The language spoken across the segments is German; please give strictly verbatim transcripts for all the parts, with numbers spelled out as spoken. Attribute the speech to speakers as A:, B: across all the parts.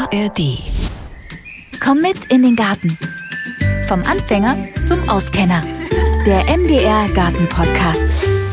A: A R D. Komm mit in den Garten. Vom Anfänger zum Auskenner. Der M D R Garten Podcast.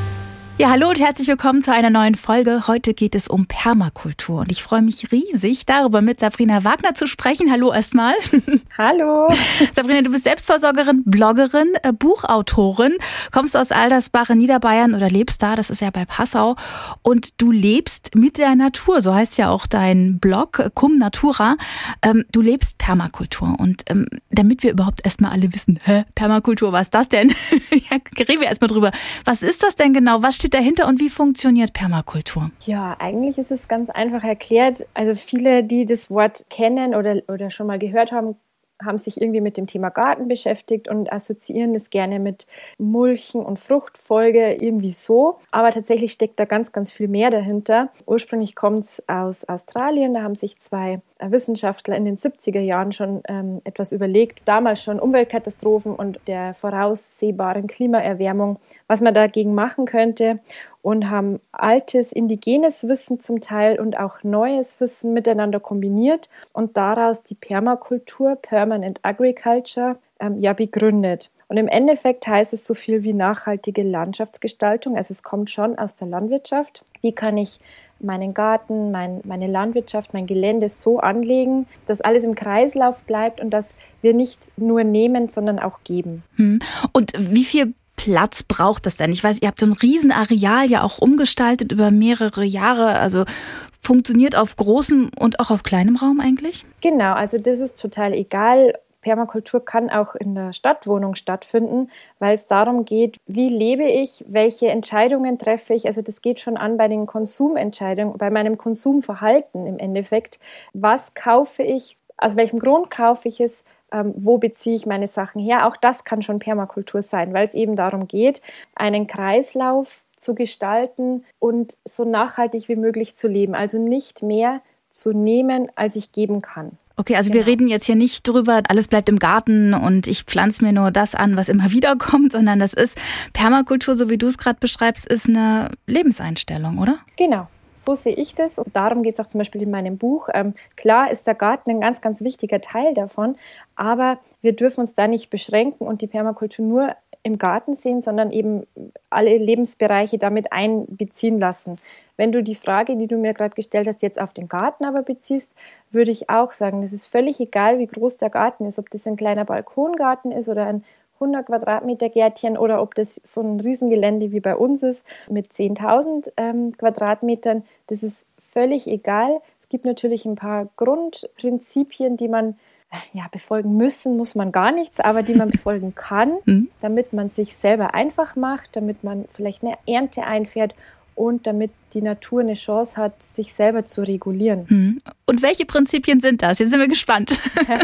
A: Ja, hallo und herzlich willkommen zu einer neuen Folge. Heute geht es um Permakultur und ich freue mich riesig, darüber mit Sabrina Wagner zu sprechen. Hallo erstmal.
B: Hallo.
A: Sabrina, du bist Selbstversorgerin, Bloggerin, äh, Buchautorin, kommst aus Aldersbach in Niederbayern oder lebst da, das ist ja bei Passau. Und du lebst mit der Natur, so heißt ja auch dein Blog, Cum Natura. Ähm, du lebst Permakultur und ähm, damit wir überhaupt erstmal alle wissen, hä, Permakultur, was ist das denn? Ja, reden wir erstmal drüber. Was ist das denn genau? Was steht dahinter und wie funktioniert Permakultur?
B: Ja, eigentlich ist es ganz einfach erklärt. Also viele, die das Wort kennen oder, oder schon mal gehört haben, haben sich irgendwie mit dem Thema Garten beschäftigt und assoziieren es gerne mit Mulchen und Fruchtfolge irgendwie so. Aber tatsächlich steckt da ganz, ganz viel mehr dahinter. Ursprünglich kommt es aus Australien. Da haben sich zwei Wissenschaftler in den siebziger Jahren schon ähm, etwas überlegt. Damals schon Umweltkatastrophen und der voraussehbaren Klimaerwärmung, was man dagegen machen könnte. Und haben altes, indigenes Wissen zum Teil und auch neues Wissen miteinander kombiniert und daraus die Permakultur, Permanent Agriculture, ähm, ja begründet. Und im Endeffekt heißt es so viel wie nachhaltige Landschaftsgestaltung. Also es kommt schon aus der Landwirtschaft. Wie kann ich meinen Garten, mein, meine Landwirtschaft, mein Gelände so anlegen, dass alles im Kreislauf bleibt und dass wir nicht nur nehmen, sondern auch geben.
A: Hm. Und wie viel Platz braucht das denn? Ich weiß, ihr habt so ein Riesenareal ja auch umgestaltet über mehrere Jahre. Also funktioniert auf großem und auch auf kleinem Raum eigentlich?
B: Genau, also das ist total egal. Permakultur kann auch in der Stadtwohnung stattfinden, weil es darum geht, wie lebe ich, welche Entscheidungen treffe ich. Also das geht schon an bei den Konsumentscheidungen, bei meinem Konsumverhalten im Endeffekt. Was kaufe ich, aus welchem Grund kaufe ich es? Ähm, wo beziehe ich meine Sachen her? Auch das kann schon Permakultur sein, weil es eben darum geht, einen Kreislauf zu gestalten und so nachhaltig wie möglich zu leben. Also nicht mehr zu nehmen, als ich geben kann.
A: Okay, also
B: Genau.
A: Wir reden jetzt hier nicht drüber, alles bleibt im Garten und ich pflanze mir nur das an, was immer wieder kommt, sondern das ist Permakultur, so wie du es gerade beschreibst, ist eine Lebenseinstellung, oder?
B: Genau. So sehe ich das und darum geht es auch zum Beispiel in meinem Buch. Ähm, klar ist der Garten ein ganz, ganz wichtiger Teil davon, aber wir dürfen uns da nicht beschränken und die Permakultur nur im Garten sehen, sondern eben alle Lebensbereiche damit einbeziehen lassen. Wenn du die Frage, die du mir gerade gestellt hast, jetzt auf den Garten aber beziehst, würde ich auch sagen, es ist völlig egal, wie groß der Garten ist, ob das ein kleiner Balkongarten ist oder ein hundert Quadratmeter Gärtchen oder ob das so ein Riesengelände wie bei uns ist mit zehntausend ähm, Quadratmetern, das ist völlig egal. Es gibt natürlich ein paar Grundprinzipien, die man ja, befolgen müssen, muss man gar nichts, aber die man befolgen kann, damit man sich selber einfach macht, damit man vielleicht eine Ernte einfährt und damit die Natur eine Chance hat, sich selber zu regulieren.
A: Und welche Prinzipien sind das? Jetzt sind wir gespannt.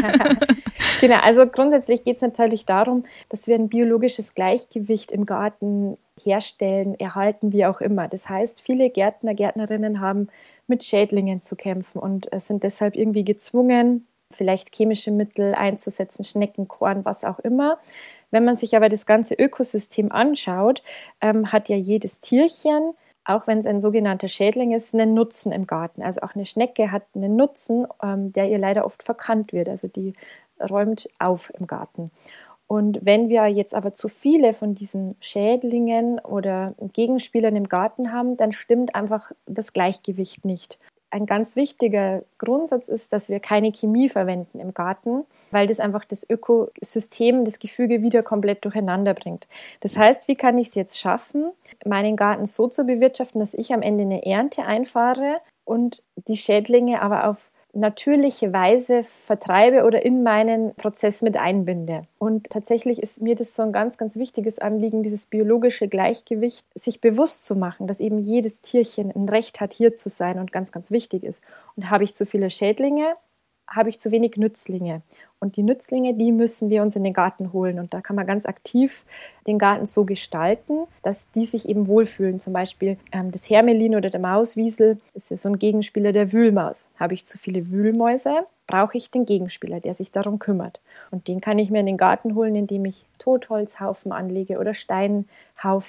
B: Genau, also grundsätzlich geht es natürlich darum, dass wir ein biologisches Gleichgewicht im Garten herstellen, erhalten, wie auch immer. Das heißt, viele Gärtner, Gärtnerinnen haben mit Schädlingen zu kämpfen und sind deshalb irgendwie gezwungen, vielleicht chemische Mittel einzusetzen, Schneckenkorn, was auch immer. Wenn man sich aber das ganze Ökosystem anschaut, ähm, hat ja jedes Tierchen, auch wenn es ein sogenannter Schädling ist, einen Nutzen im Garten. Also auch eine Schnecke hat einen Nutzen, ähm, der ihr leider oft verkannt wird. Also die räumt auf im Garten. Und wenn wir jetzt aber zu viele von diesen Schädlingen oder Gegenspielern im Garten haben, dann stimmt einfach das Gleichgewicht nicht. Ein ganz wichtiger Grundsatz ist, dass wir keine Chemie verwenden im Garten, weil das einfach das Ökosystem, das Gefüge wieder komplett durcheinander bringt. Das heißt, wie kann ich es jetzt schaffen, meinen Garten so zu bewirtschaften, dass ich am Ende eine Ernte einfahre und die Schädlinge aber auf natürliche Weise vertreibe oder in meinen Prozess mit einbinde. Und tatsächlich ist mir das so ein ganz, ganz wichtiges Anliegen, dieses biologische Gleichgewicht, sich bewusst zu machen, dass eben jedes Tierchen ein Recht hat, hier zu sein und ganz, ganz wichtig ist. Und habe ich zu viele Schädlinge, habe ich zu wenig Nützlinge. Und die Nützlinge, die müssen wir uns in den Garten holen. Und da kann man ganz aktiv den Garten so gestalten, dass die sich eben wohlfühlen. Zum Beispiel ähm, das Hermelin oder der Mauswiesel ist ja so ein Gegenspieler der Wühlmaus. Habe ich zu viele Wühlmäuse, brauche ich den Gegenspieler, der sich darum kümmert. Und den kann ich mir in den Garten holen, indem ich Totholzhaufen anlege oder Steinhaufen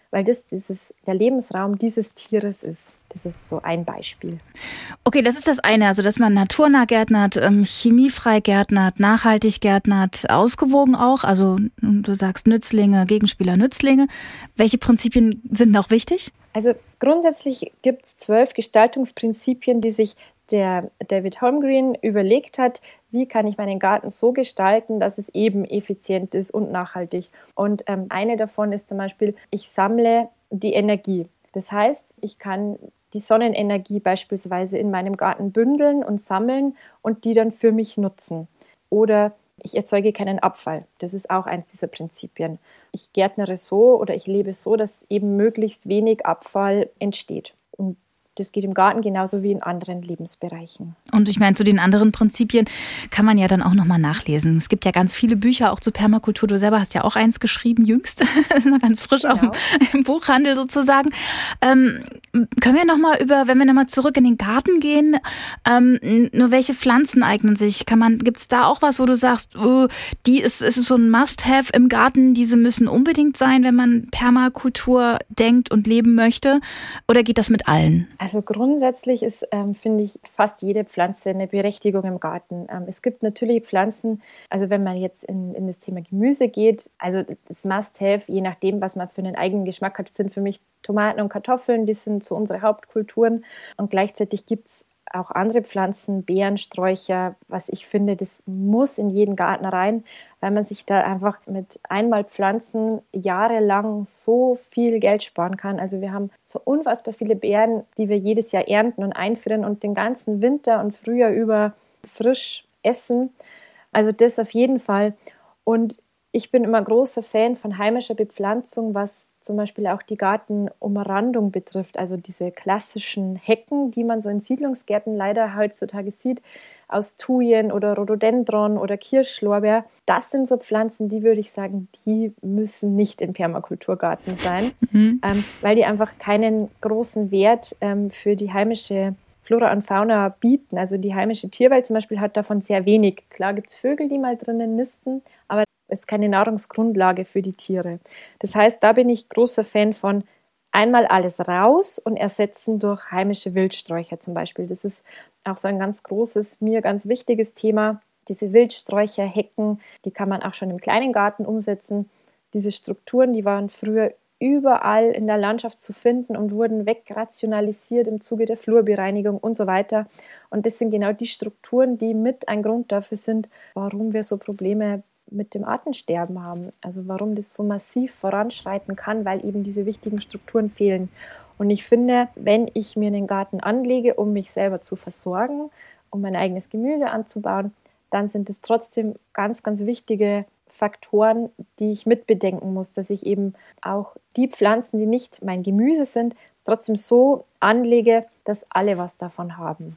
B: weil das dieses, der Lebensraum dieses Tieres ist. Das ist so ein Beispiel.
A: Okay, das ist das eine, also dass man naturnah gärtnert, ähm, chemiefrei gärtnert, nachhaltig gärtnert, ausgewogen auch. Also du sagst Nützlinge, Gegenspieler, Nützlinge. Welche Prinzipien sind noch wichtig?
B: Also grundsätzlich gibt es zwölf Gestaltungsprinzipien, die sich der David Holmgreen überlegt hat, wie kann ich meinen Garten so gestalten, dass es eben effizient ist und nachhaltig. Und ähm, eine davon ist zum Beispiel, ich sammle die Energie. Das heißt, ich kann die Sonnenenergie beispielsweise in meinem Garten bündeln und sammeln und die dann für mich nutzen. Oder ich erzeuge keinen Abfall. Das ist auch eins dieser Prinzipien. Ich gärtnere so oder ich lebe so, dass eben möglichst wenig Abfall entsteht. Und das geht im Garten genauso wie in anderen Lebensbereichen.
A: Und ich meine, zu den anderen Prinzipien kann man ja dann auch nochmal nachlesen. Es gibt ja ganz viele Bücher auch zu Permakultur. Du selber hast ja auch eins geschrieben, jüngst. Das ist noch ganz frisch, genau, auch im, im Buchhandel sozusagen. Ähm, können wir nochmal über, wenn wir nochmal zurück in den Garten gehen, ähm, nur welche Pflanzen eignen sich? Kann man, gibt es da auch was, wo du sagst, oh, die ist, ist so ein Must-have im Garten, diese müssen unbedingt sein, wenn man Permakultur denkt und leben möchte? Oder geht das mit allen?
B: Also grundsätzlich ist, ähm, finde ich, fast jede Pflanze eine Berechtigung im Garten. Ähm, es gibt natürlich Pflanzen, also wenn man jetzt in, in das Thema Gemüse geht, also das Must-have, je nachdem, was man für einen eigenen Geschmack hat, sind für mich Tomaten und Kartoffeln, die sind so unsere Hauptkulturen. Und gleichzeitig gibt es auch andere Pflanzen, Beeren, Sträucher, was ich finde, das muss in jeden Garten rein, weil man sich da einfach mit einmal Pflanzen jahrelang so viel Geld sparen kann. Also wir haben so unfassbar viele Beeren, die wir jedes Jahr ernten und einfrieren und den ganzen Winter und Frühjahr über frisch essen. Also das auf jeden Fall. Und ich bin immer großer Fan von heimischer Bepflanzung, was zum Beispiel auch die Gartenumrandung betrifft. Also diese klassischen Hecken, die man so in Siedlungsgärten leider heutzutage sieht, aus Thujen oder Rhododendron oder Kirschlorbeer. Das sind so Pflanzen, die würde ich sagen, die müssen nicht im Permakulturgarten sein, mhm. ähm, weil die einfach keinen großen Wert ähm, für die heimische Flora und Fauna bieten. Also die heimische Tierwelt zum Beispiel hat davon sehr wenig. Klar gibt es Vögel, die mal drinnen nisten, aber es ist keine Nahrungsgrundlage für die Tiere. Das heißt, da bin ich großer Fan von einmal alles raus und ersetzen durch heimische Wildsträucher zum Beispiel. Das ist auch so ein ganz großes, mir ganz wichtiges Thema. Diese Wildsträucher, Hecken, die kann man auch schon im kleinen Garten umsetzen. Diese Strukturen, die waren früher überall in der Landschaft zu finden und wurden wegrationalisiert im Zuge der Flurbereinigung und so weiter. Und das sind genau die Strukturen, die mit ein Grund dafür sind, warum wir so Probleme mit dem Artensterben haben. Also warum das so massiv voranschreiten kann, weil eben diese wichtigen Strukturen fehlen. Und ich finde, wenn ich mir einen Garten anlege, um mich selber zu versorgen, um mein eigenes Gemüse anzubauen, dann sind es trotzdem ganz, ganz wichtige Faktoren, die ich mitbedenken muss, dass ich eben auch die Pflanzen, die nicht mein Gemüse sind, trotzdem so anlege, dass alle was davon haben.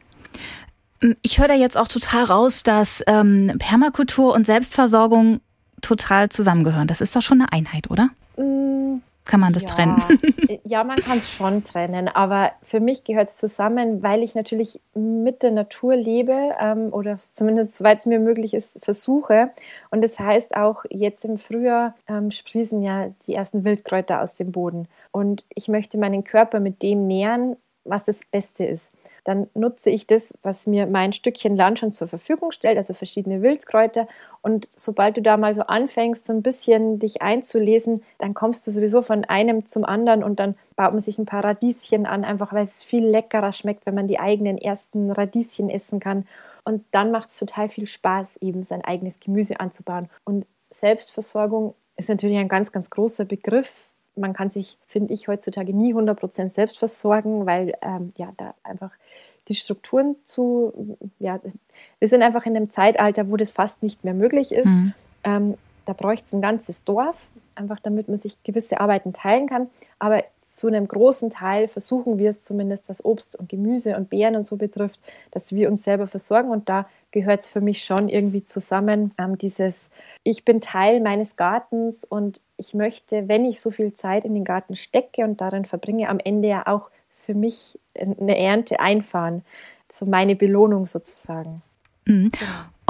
A: Ich höre da jetzt auch total raus, dass ähm, Permakultur und Selbstversorgung total zusammengehören. Das ist doch schon eine Einheit, oder? Mm, kann man das
B: ja.
A: trennen?
B: Ja, man kann es schon trennen, aber für mich gehört es zusammen, weil ich natürlich mit der Natur lebe ähm, oder zumindest, soweit es mir möglich ist, versuche. Und das heißt auch, jetzt im Frühjahr ähm, sprießen ja die ersten Wildkräuter aus dem Boden. Und ich möchte meinen Körper mit dem nähren, was das Beste ist. Dann nutze ich das, was mir mein Stückchen Land schon zur Verfügung stellt, also verschiedene Wildkräuter. Und sobald du da mal so anfängst, so ein bisschen dich einzulesen, dann kommst du sowieso von einem zum anderen und dann baut man sich ein paar Radieschen an, einfach weil es viel leckerer schmeckt, wenn man die eigenen ersten Radieschen essen kann. Und dann macht es total viel Spaß, eben sein eigenes Gemüse anzubauen. Und Selbstversorgung ist natürlich ein ganz, ganz großer Begriff. Man kann sich, finde ich, heutzutage nie hundert Prozent selbst versorgen, weil ähm, ja, da einfach die Strukturen zu, ja, wir sind einfach in einem Zeitalter, wo das fast nicht mehr möglich ist. Mhm. Ähm, da bräuchte es ein ganzes Dorf, einfach damit man sich gewisse Arbeiten teilen kann. Aber zu einem großen Teil versuchen wir es zumindest, was Obst und Gemüse und Beeren und so betrifft, dass wir uns selber versorgen. Und da gehört es für mich schon irgendwie zusammen, ähm, dieses, ich bin Teil meines Gartens und ich möchte, wenn ich so viel Zeit in den Garten stecke und darin verbringe, am Ende ja auch für mich eine Ernte einfahren. So meine Belohnung sozusagen.
A: Mhm.
B: Genau.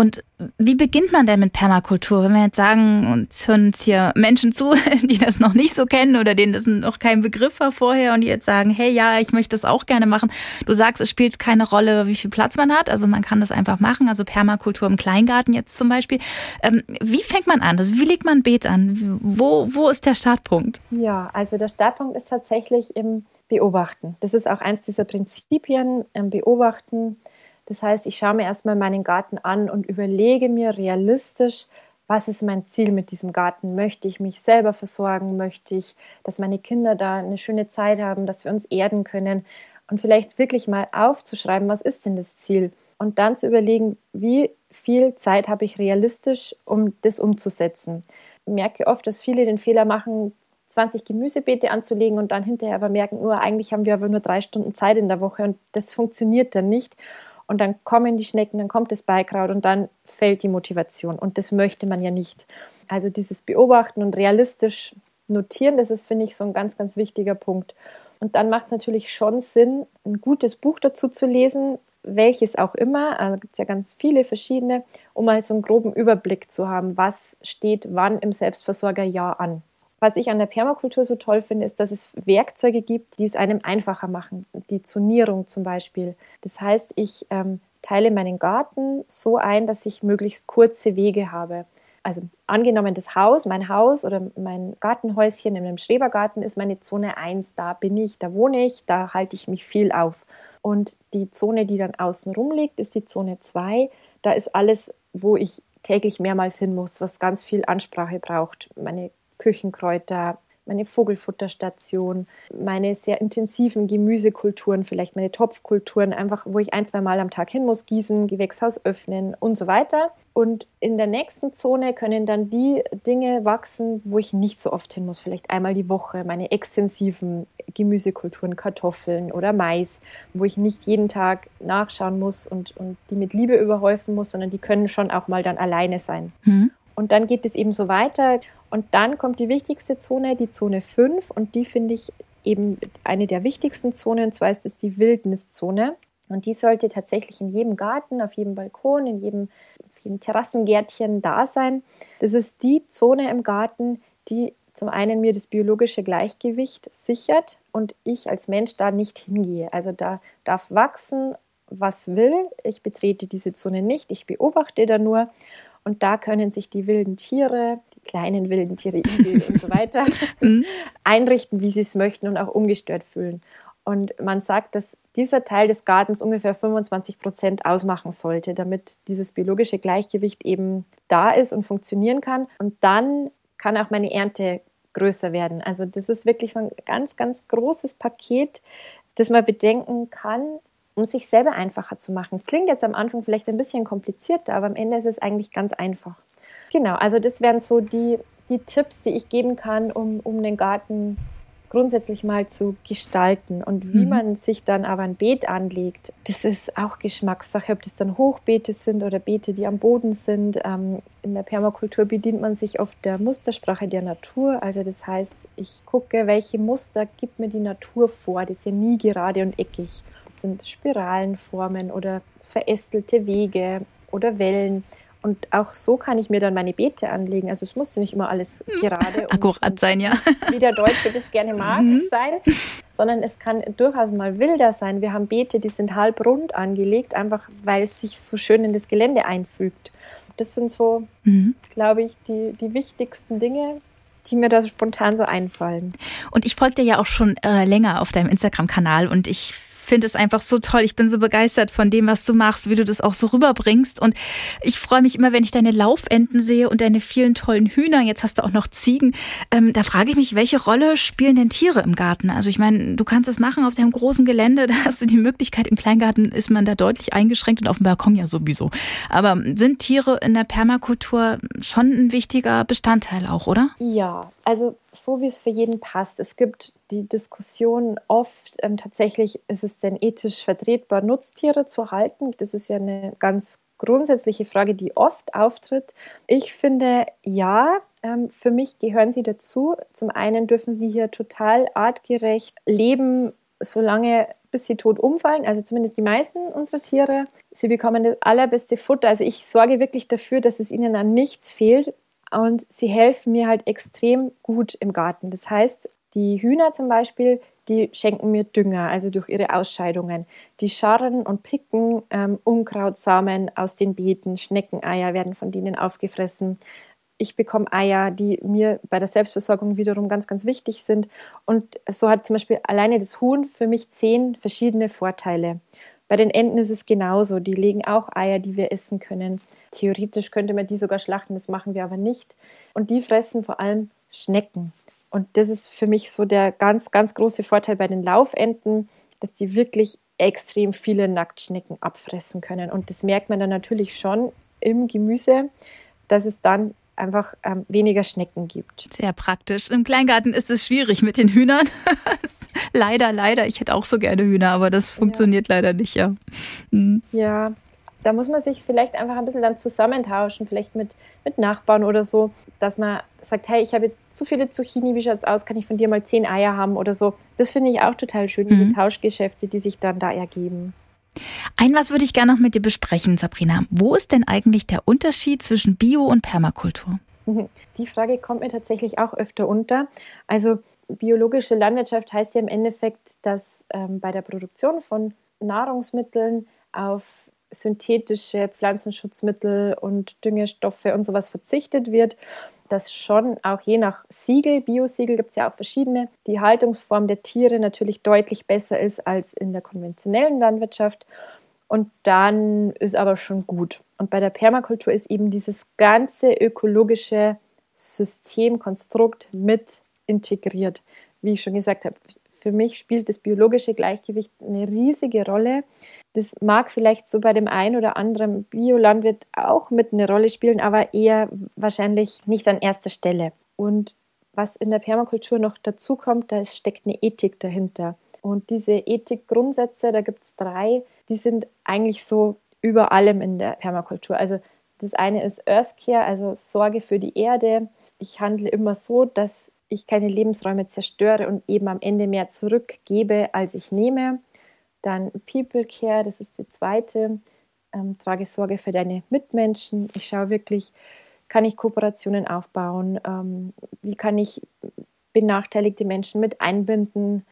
A: Und wie beginnt man denn mit Permakultur? Wenn wir jetzt sagen, uns hören jetzt hier Menschen zu, die das noch nicht so kennen oder denen das noch kein Begriff war vorher und die jetzt sagen, hey, ja, ich möchte das auch gerne machen. Du sagst, es spielt keine Rolle, wie viel Platz man hat. Also man kann das einfach machen. Also Permakultur im Kleingarten jetzt zum Beispiel. Ähm, wie fängt man an? Also wie legt man ein Beet an? Wo, wo ist der Startpunkt?
B: Ja, also der Startpunkt ist tatsächlich im Beobachten. Das ist auch eins dieser Prinzipien, im Beobachten. Das heißt, ich schaue mir erstmal meinen Garten an und überlege mir realistisch, was ist mein Ziel mit diesem Garten? Möchte ich mich selber versorgen? Möchte ich, dass meine Kinder da eine schöne Zeit haben, dass wir uns erden können? Und vielleicht wirklich mal aufzuschreiben, was ist denn das Ziel? Und dann zu überlegen, wie viel Zeit habe ich realistisch, um das umzusetzen. Ich merke oft, dass viele den Fehler machen, zwanzig Gemüsebeete anzulegen und dann hinterher aber merken, oh, eigentlich haben wir aber nur drei Stunden Zeit in der Woche und das funktioniert dann nicht. Und dann kommen die Schnecken, dann kommt das Beikraut und dann fällt die Motivation. Und das möchte man ja nicht. Also dieses Beobachten und realistisch notieren, das ist, finde ich, so ein ganz, ganz wichtiger Punkt. Und dann macht es natürlich schon Sinn, ein gutes Buch dazu zu lesen, welches auch immer. Also gibt es ja ganz viele verschiedene, um mal so einen groben Überblick zu haben, was steht wann im Selbstversorgerjahr an. Was ich an der Permakultur so toll finde, ist, dass es Werkzeuge gibt, die es einem einfacher machen. Die Zonierung zum Beispiel. Das heißt, ich ähm, teile meinen Garten so ein, dass ich möglichst kurze Wege habe. Also angenommen das Haus, mein Haus oder mein Gartenhäuschen in einem Schrebergarten ist meine Zone eins. Da bin ich, da wohne ich, da halte ich mich viel auf. Und die Zone, die dann außen rum liegt, ist die Zone zwei. Da ist alles, wo ich täglich mehrmals hin muss, was ganz viel Ansprache braucht. Meine Küchenkräuter, meine Vogelfutterstation, meine sehr intensiven Gemüsekulturen, vielleicht meine Topfkulturen, einfach wo ich ein, zwei Mal am Tag hin muss, gießen, Gewächshaus öffnen und so weiter. Und in der nächsten Zone können dann die Dinge wachsen, wo ich nicht so oft hin muss, vielleicht einmal die Woche, meine extensiven Gemüsekulturen, Kartoffeln oder Mais, wo ich nicht jeden Tag nachschauen muss und, und die mit Liebe überhäufen muss, sondern die können schon auch mal dann alleine sein. Mhm. Und dann geht es eben so weiter und dann kommt die wichtigste Zone, die Zone fünf und die finde ich eben eine der wichtigsten Zonen, und zwar ist es die Wildniszone und die sollte tatsächlich in jedem Garten, auf jedem Balkon, in jedem, auf jedem Terrassengärtchen da sein. Das ist die Zone im Garten, die zum einen mir das biologische Gleichgewicht sichert und ich als Mensch da nicht hingehe. Also da darf wachsen, was will. Ich betrete diese Zone nicht, ich beobachte da nur. Und da können sich die wilden Tiere, die kleinen wilden Tiere, Igel und so weiter, einrichten, wie sie es möchten und auch ungestört fühlen. Und man sagt, dass dieser Teil des Gartens ungefähr fünfundzwanzig Prozent ausmachen sollte, damit dieses biologische Gleichgewicht eben da ist und funktionieren kann. Und dann kann auch meine Ernte größer werden. Also das ist wirklich so ein ganz, ganz großes Paket, das man bedenken kann, um sich selber einfacher zu machen. Klingt jetzt am Anfang vielleicht ein bisschen komplizierter, aber am Ende ist es eigentlich ganz einfach. Genau, also das wären so die, die Tipps, die ich geben kann, um, um den Garten grundsätzlich mal zu gestalten. Und wie mhm. man sich dann aber ein Beet anlegt, das ist auch Geschmackssache, ob das dann Hochbeete sind oder Beete, die am Boden sind. Ähm, in der Permakultur bedient man sich oft der Mustersprache der Natur. Also das heißt, ich gucke, welche Muster gibt mir die Natur vor. Das ist ja nie gerade und eckig. Das sind Spiralenformen oder verästelte Wege oder Wellen. Und auch so kann ich mir dann meine Beete anlegen. Also es muss nicht immer alles gerade und,
A: akkurat sein, ja.
B: wie der Deutsche das gerne mag, mhm. sein, sondern es kann durchaus mal wilder sein. Wir haben Beete, die sind halbrund angelegt, einfach weil es sich so schön in das Gelände einfügt. Das sind so, mhm. glaube ich, die, die wichtigsten Dinge, die mir da so spontan so einfallen.
A: Und ich folge dir ja auch schon äh, länger auf deinem Instagram-Kanal und ich finde es einfach so toll. Ich bin so begeistert von dem, was du machst, wie du das auch so rüberbringst. Und ich freue mich immer, wenn ich deine Laufenten sehe und deine vielen tollen Hühner. Jetzt hast du auch noch Ziegen. Ähm, da frage ich mich, welche Rolle spielen denn Tiere im Garten? Also ich meine, du kannst das machen auf deinem großen Gelände. Da hast du die Möglichkeit. Im Kleingarten ist man da deutlich eingeschränkt und auf dem Balkon ja sowieso. Aber sind Tiere in der Permakultur schon ein wichtiger Bestandteil auch, oder?
B: Ja, also so wie es für jeden passt. Es gibt die Diskussion oft, ähm, tatsächlich ist es denn ethisch vertretbar, Nutztiere zu halten? Das ist ja eine ganz grundsätzliche Frage, die oft auftritt. Ich finde, ja, ähm, für mich gehören sie dazu. Zum einen dürfen sie hier total artgerecht leben, solange bis sie tot umfallen, also zumindest die meisten unserer Tiere. Sie bekommen das allerbeste Futter. Also ich sorge wirklich dafür, dass es ihnen an nichts fehlt und sie helfen mir halt extrem gut im Garten. Das heißt, die Hühner zum Beispiel, die schenken mir Dünger, also durch ihre Ausscheidungen. Die scharren und picken ähm, Unkrautsamen aus den Beeten, Schneckeneier werden von denen aufgefressen. Ich bekomme Eier, die mir bei der Selbstversorgung wiederum ganz, ganz wichtig sind. Und so hat zum Beispiel alleine das Huhn für mich zehn verschiedene Vorteile. Bei den Enten ist es genauso. Die legen auch Eier, die wir essen können. Theoretisch könnte man die sogar schlachten, das machen wir aber nicht. Und die fressen vor allem Schnecken. Und das ist für mich so der ganz, ganz große Vorteil bei den Laufenten, dass die wirklich extrem viele Nacktschnecken abfressen können. Und das merkt man dann natürlich schon im Gemüse, dass es dann einfach ähm, weniger Schnecken gibt.
A: Sehr praktisch. Im Kleingarten ist es schwierig mit den Hühnern. leider, leider. Ich hätte auch so gerne Hühner, aber das funktioniert ja. leider nicht, ja. Mhm.
B: Ja, da muss man sich vielleicht einfach ein bisschen dann zusammentauschen, vielleicht mit, mit Nachbarn oder so, dass man sagt, hey, ich habe jetzt zu viele Zucchini, wie schaut's aus, kann ich von dir mal zehn Eier haben oder so. Das finde ich auch total schön, diese mhm. Tauschgeschäfte, die sich dann da ergeben.
A: Ein was würde ich gerne noch mit dir besprechen, Sabrina. Wo ist denn eigentlich der Unterschied zwischen Bio- und Permakultur?
B: Die Frage kommt mir tatsächlich auch öfter unter. Also biologische Landwirtschaft heißt ja im Endeffekt, dass ähm, bei der Produktion von Nahrungsmitteln auf synthetische Pflanzenschutzmittel und Düngestoffe und sowas verzichtet wird, dass schon auch je nach Siegel, Biosiegel gibt es ja auch verschiedene, die Haltungsform der Tiere natürlich deutlich besser ist als in der konventionellen Landwirtschaft und dann ist aber schon gut. Und bei der Permakultur ist eben dieses ganze ökologische Systemkonstrukt mit integriert. Wie ich schon gesagt habe, für mich spielt das biologische Gleichgewicht eine riesige Rolle. Das mag vielleicht so bei dem einen oder anderen Biolandwirt auch mit eine Rolle spielen, aber eher wahrscheinlich nicht an erster Stelle. Und was in der Permakultur noch dazu kommt, da steckt eine Ethik dahinter. Und diese Ethikgrundsätze, da gibt es drei, die sind eigentlich so über allem in der Permakultur. Also das eine ist Earth Care, also Sorge für die Erde. Ich handle immer so, dass ich keine Lebensräume zerstöre und eben am Ende mehr zurückgebe, als ich nehme. Dann People Care, das ist die zweite. Ähm, trage Sorge für deine Mitmenschen. Ich schaue wirklich, kann ich Kooperationen aufbauen? Ähm, wie kann ich benachteiligte Menschen mit einbinden?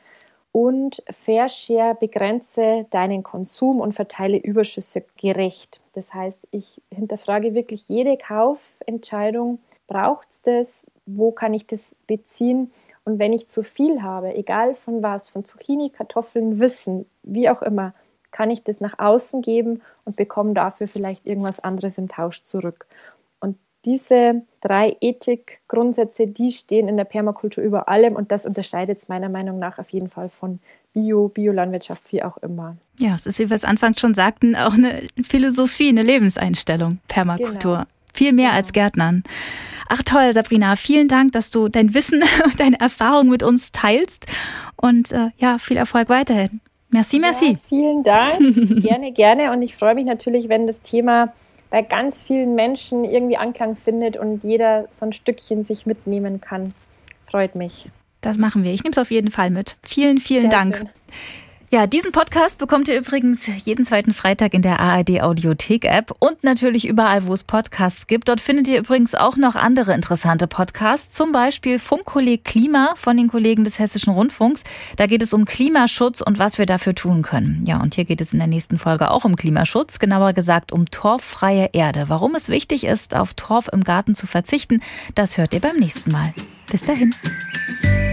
B: Und Fair Share, begrenze deinen Konsum und verteile Überschüsse gerecht. Das heißt, ich hinterfrage wirklich jede Kaufentscheidung. Braucht es das? Wo kann ich das beziehen? Und wenn ich zu viel habe, egal von was, von Zucchini, Kartoffeln, Wissen, wie auch immer, kann ich das nach außen geben und bekomme dafür vielleicht irgendwas anderes im Tausch zurück. Und diese drei Ethikgrundsätze, die stehen in der Permakultur über allem und das unterscheidet es meiner Meinung nach auf jeden Fall von Bio, Biolandwirtschaft, wie auch immer.
A: Ja, es ist, wie wir es anfangs schon sagten, auch eine Philosophie, eine Lebenseinstellung, Permakultur. Genau. Viel mehr genau. als Gärtnern. Ach toll, Sabrina, vielen Dank, dass du dein Wissen und deine Erfahrung mit uns teilst und äh, ja, viel Erfolg weiterhin. Merci, merci.
B: Ja, vielen Dank, gerne, gerne und ich freue mich natürlich, wenn das Thema bei ganz vielen Menschen irgendwie Anklang findet und jeder so ein Stückchen sich mitnehmen kann. Freut mich.
A: Das machen wir. Ich nehme es auf jeden Fall mit. Vielen, vielen Sehr Dank. Schön. Ja, diesen Podcast bekommt ihr übrigens jeden zweiten Freitag in der A R D Audiothek-App und natürlich überall, wo es Podcasts gibt. Dort findet ihr übrigens auch noch andere interessante Podcasts, zum Beispiel Funkkolleg Klima von den Kollegen des Hessischen Rundfunks. Da geht es um Klimaschutz und was wir dafür tun können. Ja, und hier geht es in der nächsten Folge auch um Klimaschutz, genauer gesagt um torffreie Erde. Warum es wichtig ist, auf Torf im Garten zu verzichten, das hört ihr beim nächsten Mal. Bis dahin.